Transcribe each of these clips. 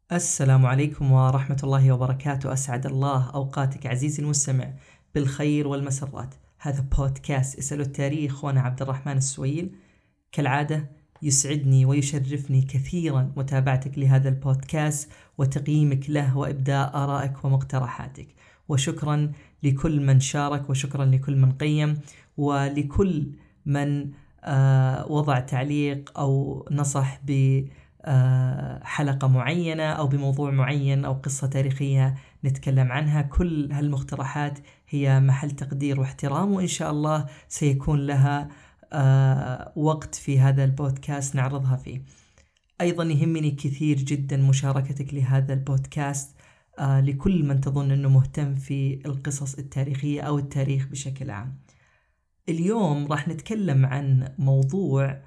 السلام عليكم ورحمة الله وبركاته. أسعد الله أوقاتك عزيزي المستمع بالخير والمسرات. هذا بودكاست اسألوا التاريخ وأنا عبد الرحمن السويل. كالعادة يسعدني ويشرفني كثيرا متابعتك لهذا البودكاست وتقييمك له وإبداء آرائك ومقترحاتك، وشكرا لكل من شارك، وشكرا لكل من قيم، ولكل من وضع تعليق أو نصح بحلقة معينة أو بموضوع معين أو قصة تاريخية نتكلم عنها. كل هالمقترحات هي محل تقدير واحترام، وإن شاء الله سيكون لها وقت في هذا البودكاست نعرضها فيه. أيضا يهمني كثير جدا مشاركتك لهذا البودكاست لكل من تظن أنه مهتم في القصص التاريخية أو التاريخ بشكل عام. اليوم راح نتكلم عن موضوع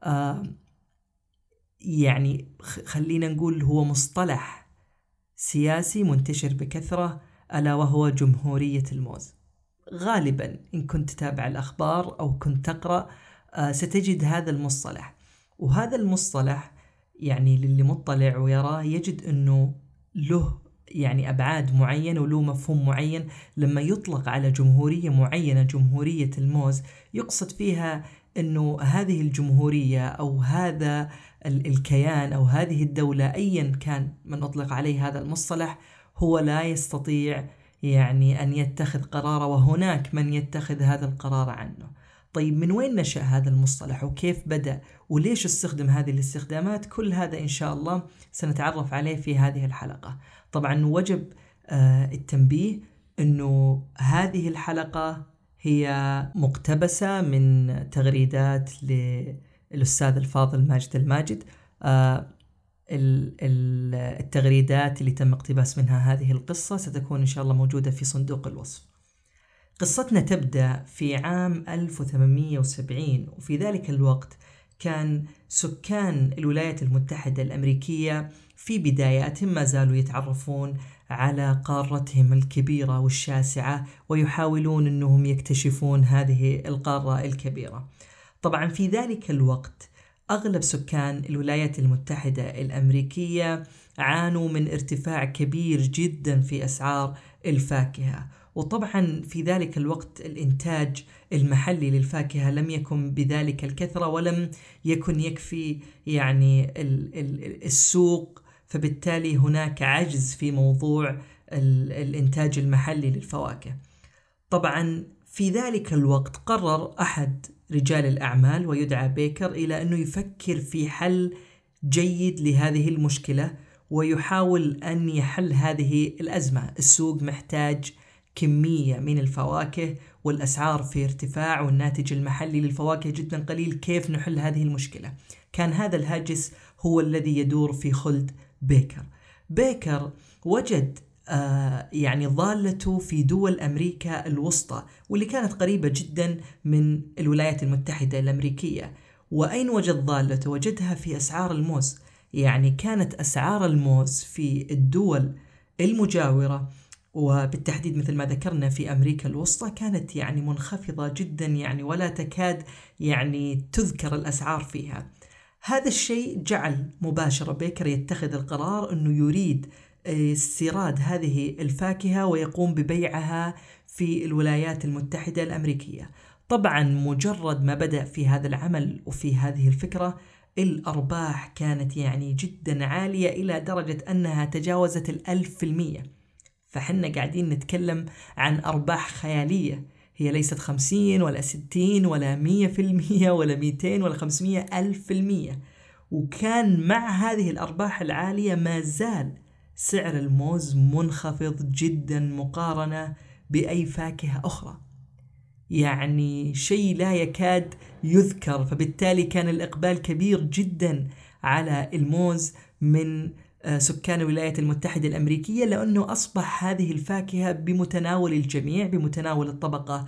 يعني خلينا نقول هو مصطلح سياسي منتشر بكثرة، ألا وهو جمهورية الموز. غالبا إن كنت تتابع الأخبار أو كنت تقرأ ستجد هذا المصطلح، وهذا المصطلح يعني للي مطلع ويراه يجد أنه له يعني أبعاد معينة وله مفهوم معين. لما يطلق على جمهورية معينة جمهورية الموز يقصد فيها أنه هذه الجمهورية أو هذا الكيان أو هذه الدولة أيا كان من أطلق عليه هذا المصطلح هو لا يستطيع يعني أن يتخذ قرار، وهناك من يتخذ هذا القرار عنه. طيب من وين نشأ هذا المصطلح وكيف بدأ وليش استخدم هذه الاستخدامات؟ كل هذا إن شاء الله سنتعرف عليه في هذه الحلقة. طبعا وجب التنبيه أنه هذه الحلقة هي مقتبسة من تغريدات للأستاذ الفاضل ماجد الماجد. التغريدات اللي تم اقتباس منها هذه القصة ستكون إن شاء الله موجودة في صندوق الوصف. قصتنا تبدأ في عام 1870، وفي ذلك الوقت كان سكان الولايات المتحدة الأمريكية في بداياتهم ما زالوا يتعرفون على قارتهم الكبيرة والشاسعة، ويحاولون أنهم يكتشفون هذه القارة الكبيرة. طبعا في ذلك الوقت أغلب سكان الولايات المتحدة الأمريكية عانوا من ارتفاع كبير جدا في أسعار الفاكهة، وطبعا في ذلك الوقت الإنتاج المحلي للفاكهة لم يكن بذلك الكثرة، ولم يكن يكفي يعني السوق، فبالتالي هناك عجز في موضوع الإنتاج المحلي للفواكه. طبعا في ذلك الوقت قرر أحد رجال الأعمال ويدعى بيكر إلى أنه يفكر في حل جيد لهذه المشكلة ويحاول أن يحل هذه الأزمة. السوق محتاج كمية من الفواكه والأسعار في ارتفاع والناتج المحلي للفواكه جدا قليل، كيف نحل هذه المشكلة؟ كان هذا الهاجس هو الذي يدور في خلد بيكر وجد يعني ضالته في دول أمريكا الوسطى، واللي كانت قريبة جدا من الولايات المتحدة الأمريكية. وأين وجد ضالته؟ وجدها في أسعار الموز. يعني كانت أسعار الموز في الدول المجاورة وبالتحديد مثل ما ذكرنا في أمريكا الوسطى كانت يعني منخفضة جدا، يعني ولا تكاد يعني تذكر الأسعار فيها. هذا الشيء جعل مباشرة بيكر يتخذ القرار أنه يريد استيراد هذه الفاكهة ويقوم ببيعها في الولايات المتحدة الأمريكية. طبعا مجرد ما بدأ في هذا العمل وفي هذه الفكرة الأرباح كانت يعني جدا عالية إلى درجة أنها تجاوزت 1000%. فحنا قاعدين نتكلم عن أرباح خيالية، هي ليست 50 ولا 60 ولا 100% ولا 200 ولا 500، 1000%. وكان مع هذه الأرباح العالية ما زال سعر الموز منخفض جدا مقارنة بأي فاكهة أخرى، يعني شيء لا يكاد يذكر. فبالتالي كان الإقبال كبير جدا على الموز من سكان الولايات المتحدة الأمريكية، لأنه أصبح هذه الفاكهة بمتناول الجميع، بمتناول الطبقة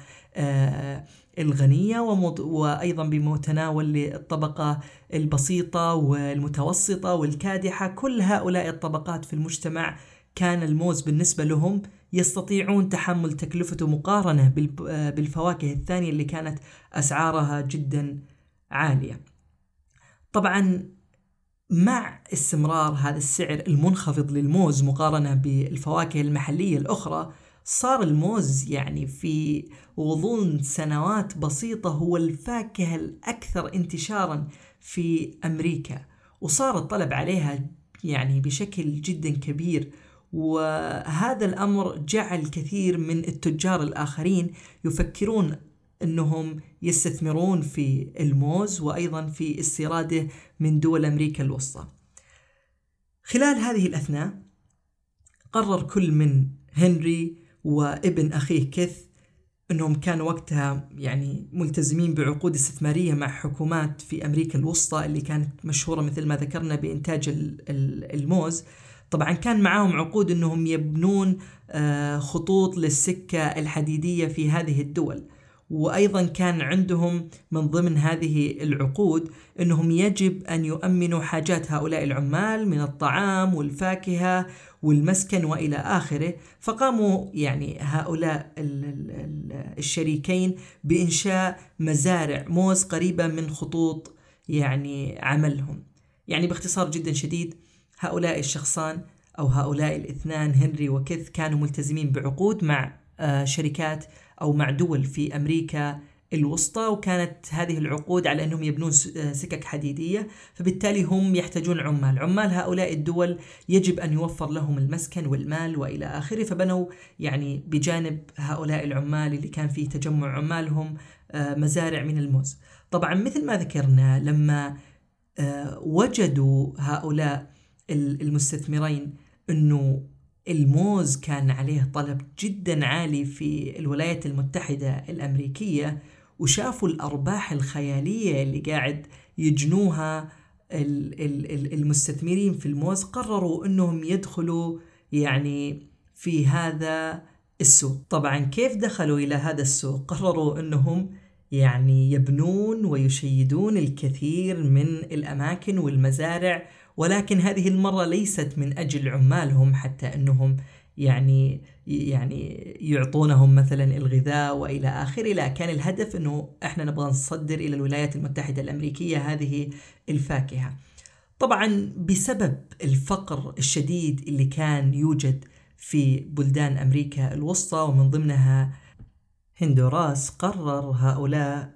الغنية وأيضا بمتناول الطبقة البسيطة والمتوسطة والكادحة. كل هؤلاء الطبقات في المجتمع كان الموز بالنسبة لهم يستطيعون تحمل تكلفته مقارنة بالفواكه الثانية اللي كانت أسعارها جدا عالية. طبعا مع استمرار هذا السعر المنخفض للموز مقارنة بالفواكه المحلية الأخرى، صار الموز يعني في غضون سنوات بسيطة هو الفاكهة الأكثر انتشارا في أمريكا، وصار الطلب عليها يعني بشكل جدا كبير. وهذا الأمر جعل كثير من التجار الآخرين يفكرون أنهم يستثمرون في الموز وأيضا في استيراده من دول أمريكا الوسطى. خلال هذه الأثناء قرر كل من هنري وابن أخيه كيث أنهم كانوا وقتها يعني ملتزمين بعقود استثمارية مع حكومات في أمريكا الوسطى اللي كانت مشهورة مثل ما ذكرنا بإنتاج الموز. طبعا كان معاهم عقود أنهم يبنون خطوط للسكة الحديدية في هذه الدول، وأيضا كان عندهم من ضمن هذه العقود أنهم يجب أن يؤمنوا حاجات هؤلاء العمال من الطعام والفاكهة والمسكن وإلى آخره. فقاموا يعني هؤلاء الشريكين بإنشاء مزارع موز قريبة من خطوط يعني عملهم. يعني باختصار جدا شديد، هؤلاء الشخصان أو هؤلاء الاثنان هنري وكيث كانوا ملتزمين بعقود مع شركات أو مع دول في أمريكا الوسطى، وكانت هذه العقود على أنهم يبنون سكك حديدية، فبالتالي هم يحتاجون عمال هؤلاء الدول يجب أن يوفر لهم المسكن والمال وإلى آخره. فبنوا يعني بجانب هؤلاء العمال اللي كان فيه تجمع عمالهم مزارع من الموز. طبعا مثل ما ذكرنا، لما وجدوا هؤلاء المستثمرين أنه الموز كان عليه طلب جدا عالي في الولايات المتحدة الأمريكية، وشافوا الأرباح الخيالية اللي قاعد يجنوها المستثمرين في الموز، قرروا أنهم يدخلوا يعني في هذا السوق. طبعا كيف دخلوا إلى هذا السوق؟ قرروا أنهم يعني يبنون ويشيدون الكثير من الأماكن والمزارع، ولكن هذه المرة ليست من أجل عمالهم حتى أنهم يعني يعطونهم مثلا الغذاء وإلى آخره، لا، كان الهدف أنه إحنا نبغى نصدر إلى الولايات المتحدة الأمريكية هذه الفاكهة. طبعا بسبب الفقر الشديد اللي كان يوجد في بلدان أمريكا الوسطى ومن ضمنها هندوراس، قرر هؤلاء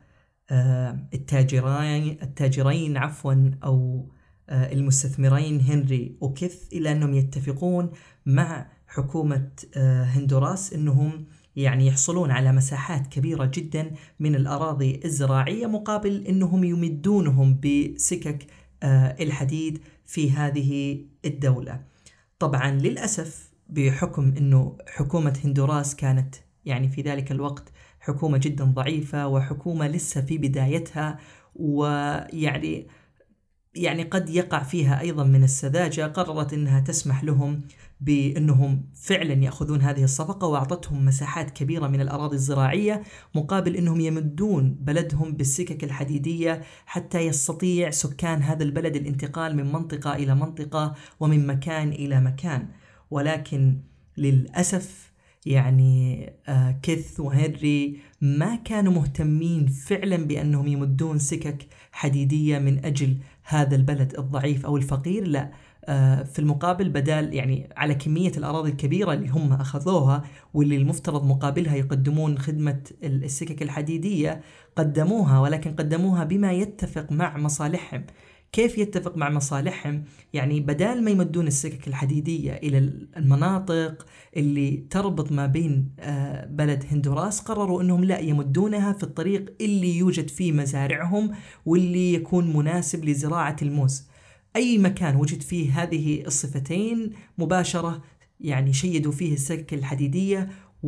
التاجرين أو المستثمرين هنري وكيث إلى أنهم يتفقون مع حكومة هندوراس أنهم يعني يحصلون على مساحات كبيرة جدا من الأراضي الزراعية مقابل أنهم يمدونهم بسكك الحديد في هذه الدولة. طبعا للأسف بحكم أنه حكومة هندوراس كانت يعني في ذلك الوقت حكومة جدا ضعيفة وحكومة لسه في بدايتها، ويعني قد يقع فيها أيضا من السذاجة، قررت أنها تسمح لهم بأنهم فعلا يأخذون هذه الصفقة، وأعطتهم مساحات كبيرة من الأراضي الزراعية مقابل أنهم يمدون بلدهم بالسكك الحديدية حتى يستطيع سكان هذا البلد الانتقال من منطقة إلى منطقة ومن مكان إلى مكان. ولكن للأسف يعني كيث وهنري ما كانوا مهتمين فعلا بأنهم يمدون سكك حديدية من أجل هذا البلد الضعيف أو الفقير، لا، في المقابل بدال يعني على كمية الأراضي الكبيرة اللي هم أخذوها واللي المفترض مقابلها يقدمون خدمة السكك الحديدية قدموها، ولكن قدموها بما يتفق مع مصالحهم. كيف يتفق مع مصالحهم؟ يعني بدال ما يمدون السكك الحديدية إلى المناطق اللي تربط ما بين بلد هندوراس، قرروا أنهم لا، يمدونها في الطريق اللي يوجد فيه مزارعهم واللي يكون مناسب لزراعة الموز. أي مكان وجد فيه هذه الصفتين مباشرة يعني شيدوا فيه السكك الحديدية،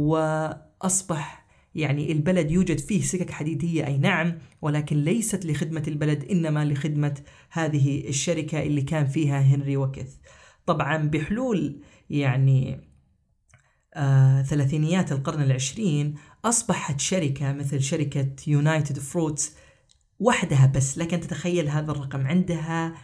وأصبح يعني البلد يوجد فيه سكك حديدية أي نعم، ولكن ليست لخدمة البلد إنما لخدمة هذه الشركة اللي كان فيها هنري وكيث. طبعا بحلول يعني ثلاثينيات القرن العشرين أصبحت شركة مثل شركة يونايتد فروتس وحدها بس، لكن تتخيل هذا الرقم، عندها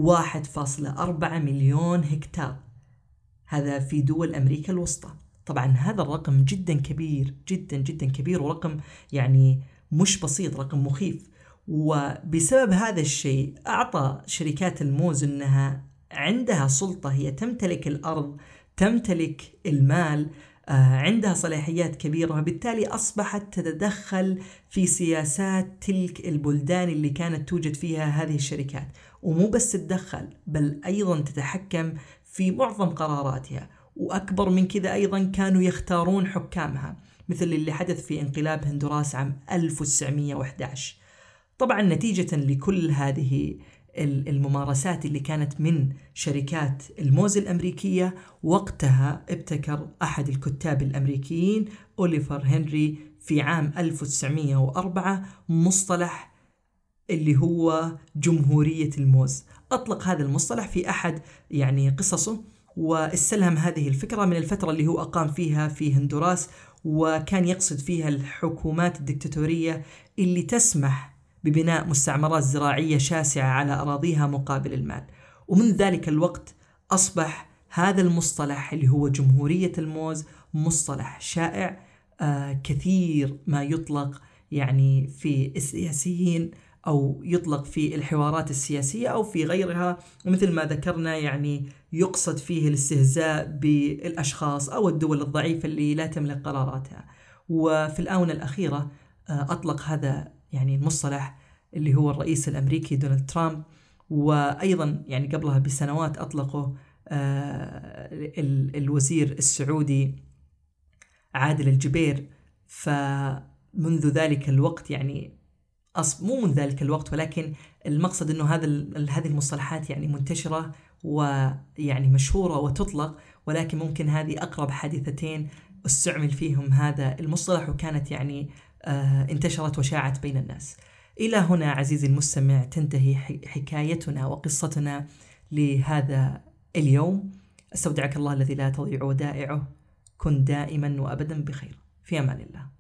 1.4 مليون هكتار، هذا في دول أمريكا الوسطى. طبعا هذا الرقم جدا كبير، جدا جدا كبير، ورقم يعني مش بسيط، رقم مخيف. وبسبب هذا الشيء أعطى شركات الموز أنها عندها سلطة، هي تمتلك الأرض، تمتلك المال، عندها صلاحيات كبيرة، وبالتالي أصبحت تتدخل في سياسات تلك البلدان اللي كانت توجد فيها هذه الشركات. ومو بس تتدخل، بل أيضا تتحكم في معظم قراراتها، وأكبر من كذا أيضا كانوا يختارون حكامها، مثل اللي حدث في انقلاب هندوراس عام 1911. طبعا نتيجة لكل هذه الممارسات اللي كانت من شركات الموز الأمريكية، وقتها ابتكر أحد الكتاب الأمريكيين أوليفر هنري في عام 1904 مصطلح اللي هو جمهورية الموز. أطلق هذا المصطلح في أحد قصصه، واستلهم هذه الفكرة من الفترة اللي هو أقام فيها في هندوراس، وكان يقصد فيها الحكومات الدكتاتورية اللي تسمح ببناء مستعمرات زراعية شاسعة على أراضيها مقابل المال. ومن ذلك الوقت أصبح هذا المصطلح اللي هو جمهورية الموز مصطلح شائع، كثير ما يطلق في السياسيين، أو يطلق في الحوارات السياسية أو في غيرها، ومثل ما ذكرنا يقصد فيه الاستهزاء بالأشخاص أو الدول الضعيفة اللي لا تملك قراراتها. وفي الآونة الأخيرة أطلق هذا المصطلح اللي هو الرئيس الأمريكي دونالد ترامب، وأيضا قبلها بسنوات أطلقه الوزير السعودي عادل الجبير. فمنذ ذلك الوقت مو من ذلك الوقت، ولكن المقصد أنه هذه المصطلحات منتشرة مشهورة وتطلق، ولكن ممكن هذه أقرب حادثتين استعمل فيهم هذا المصطلح، وكانت انتشرت وشاعت بين الناس. إلى هنا عزيزي المستمع تنتهي حكايتنا وقصتنا لهذا اليوم. استودعك الله الذي لا تضيع ودائعه. كن دائما وأبدا بخير. في أمان الله.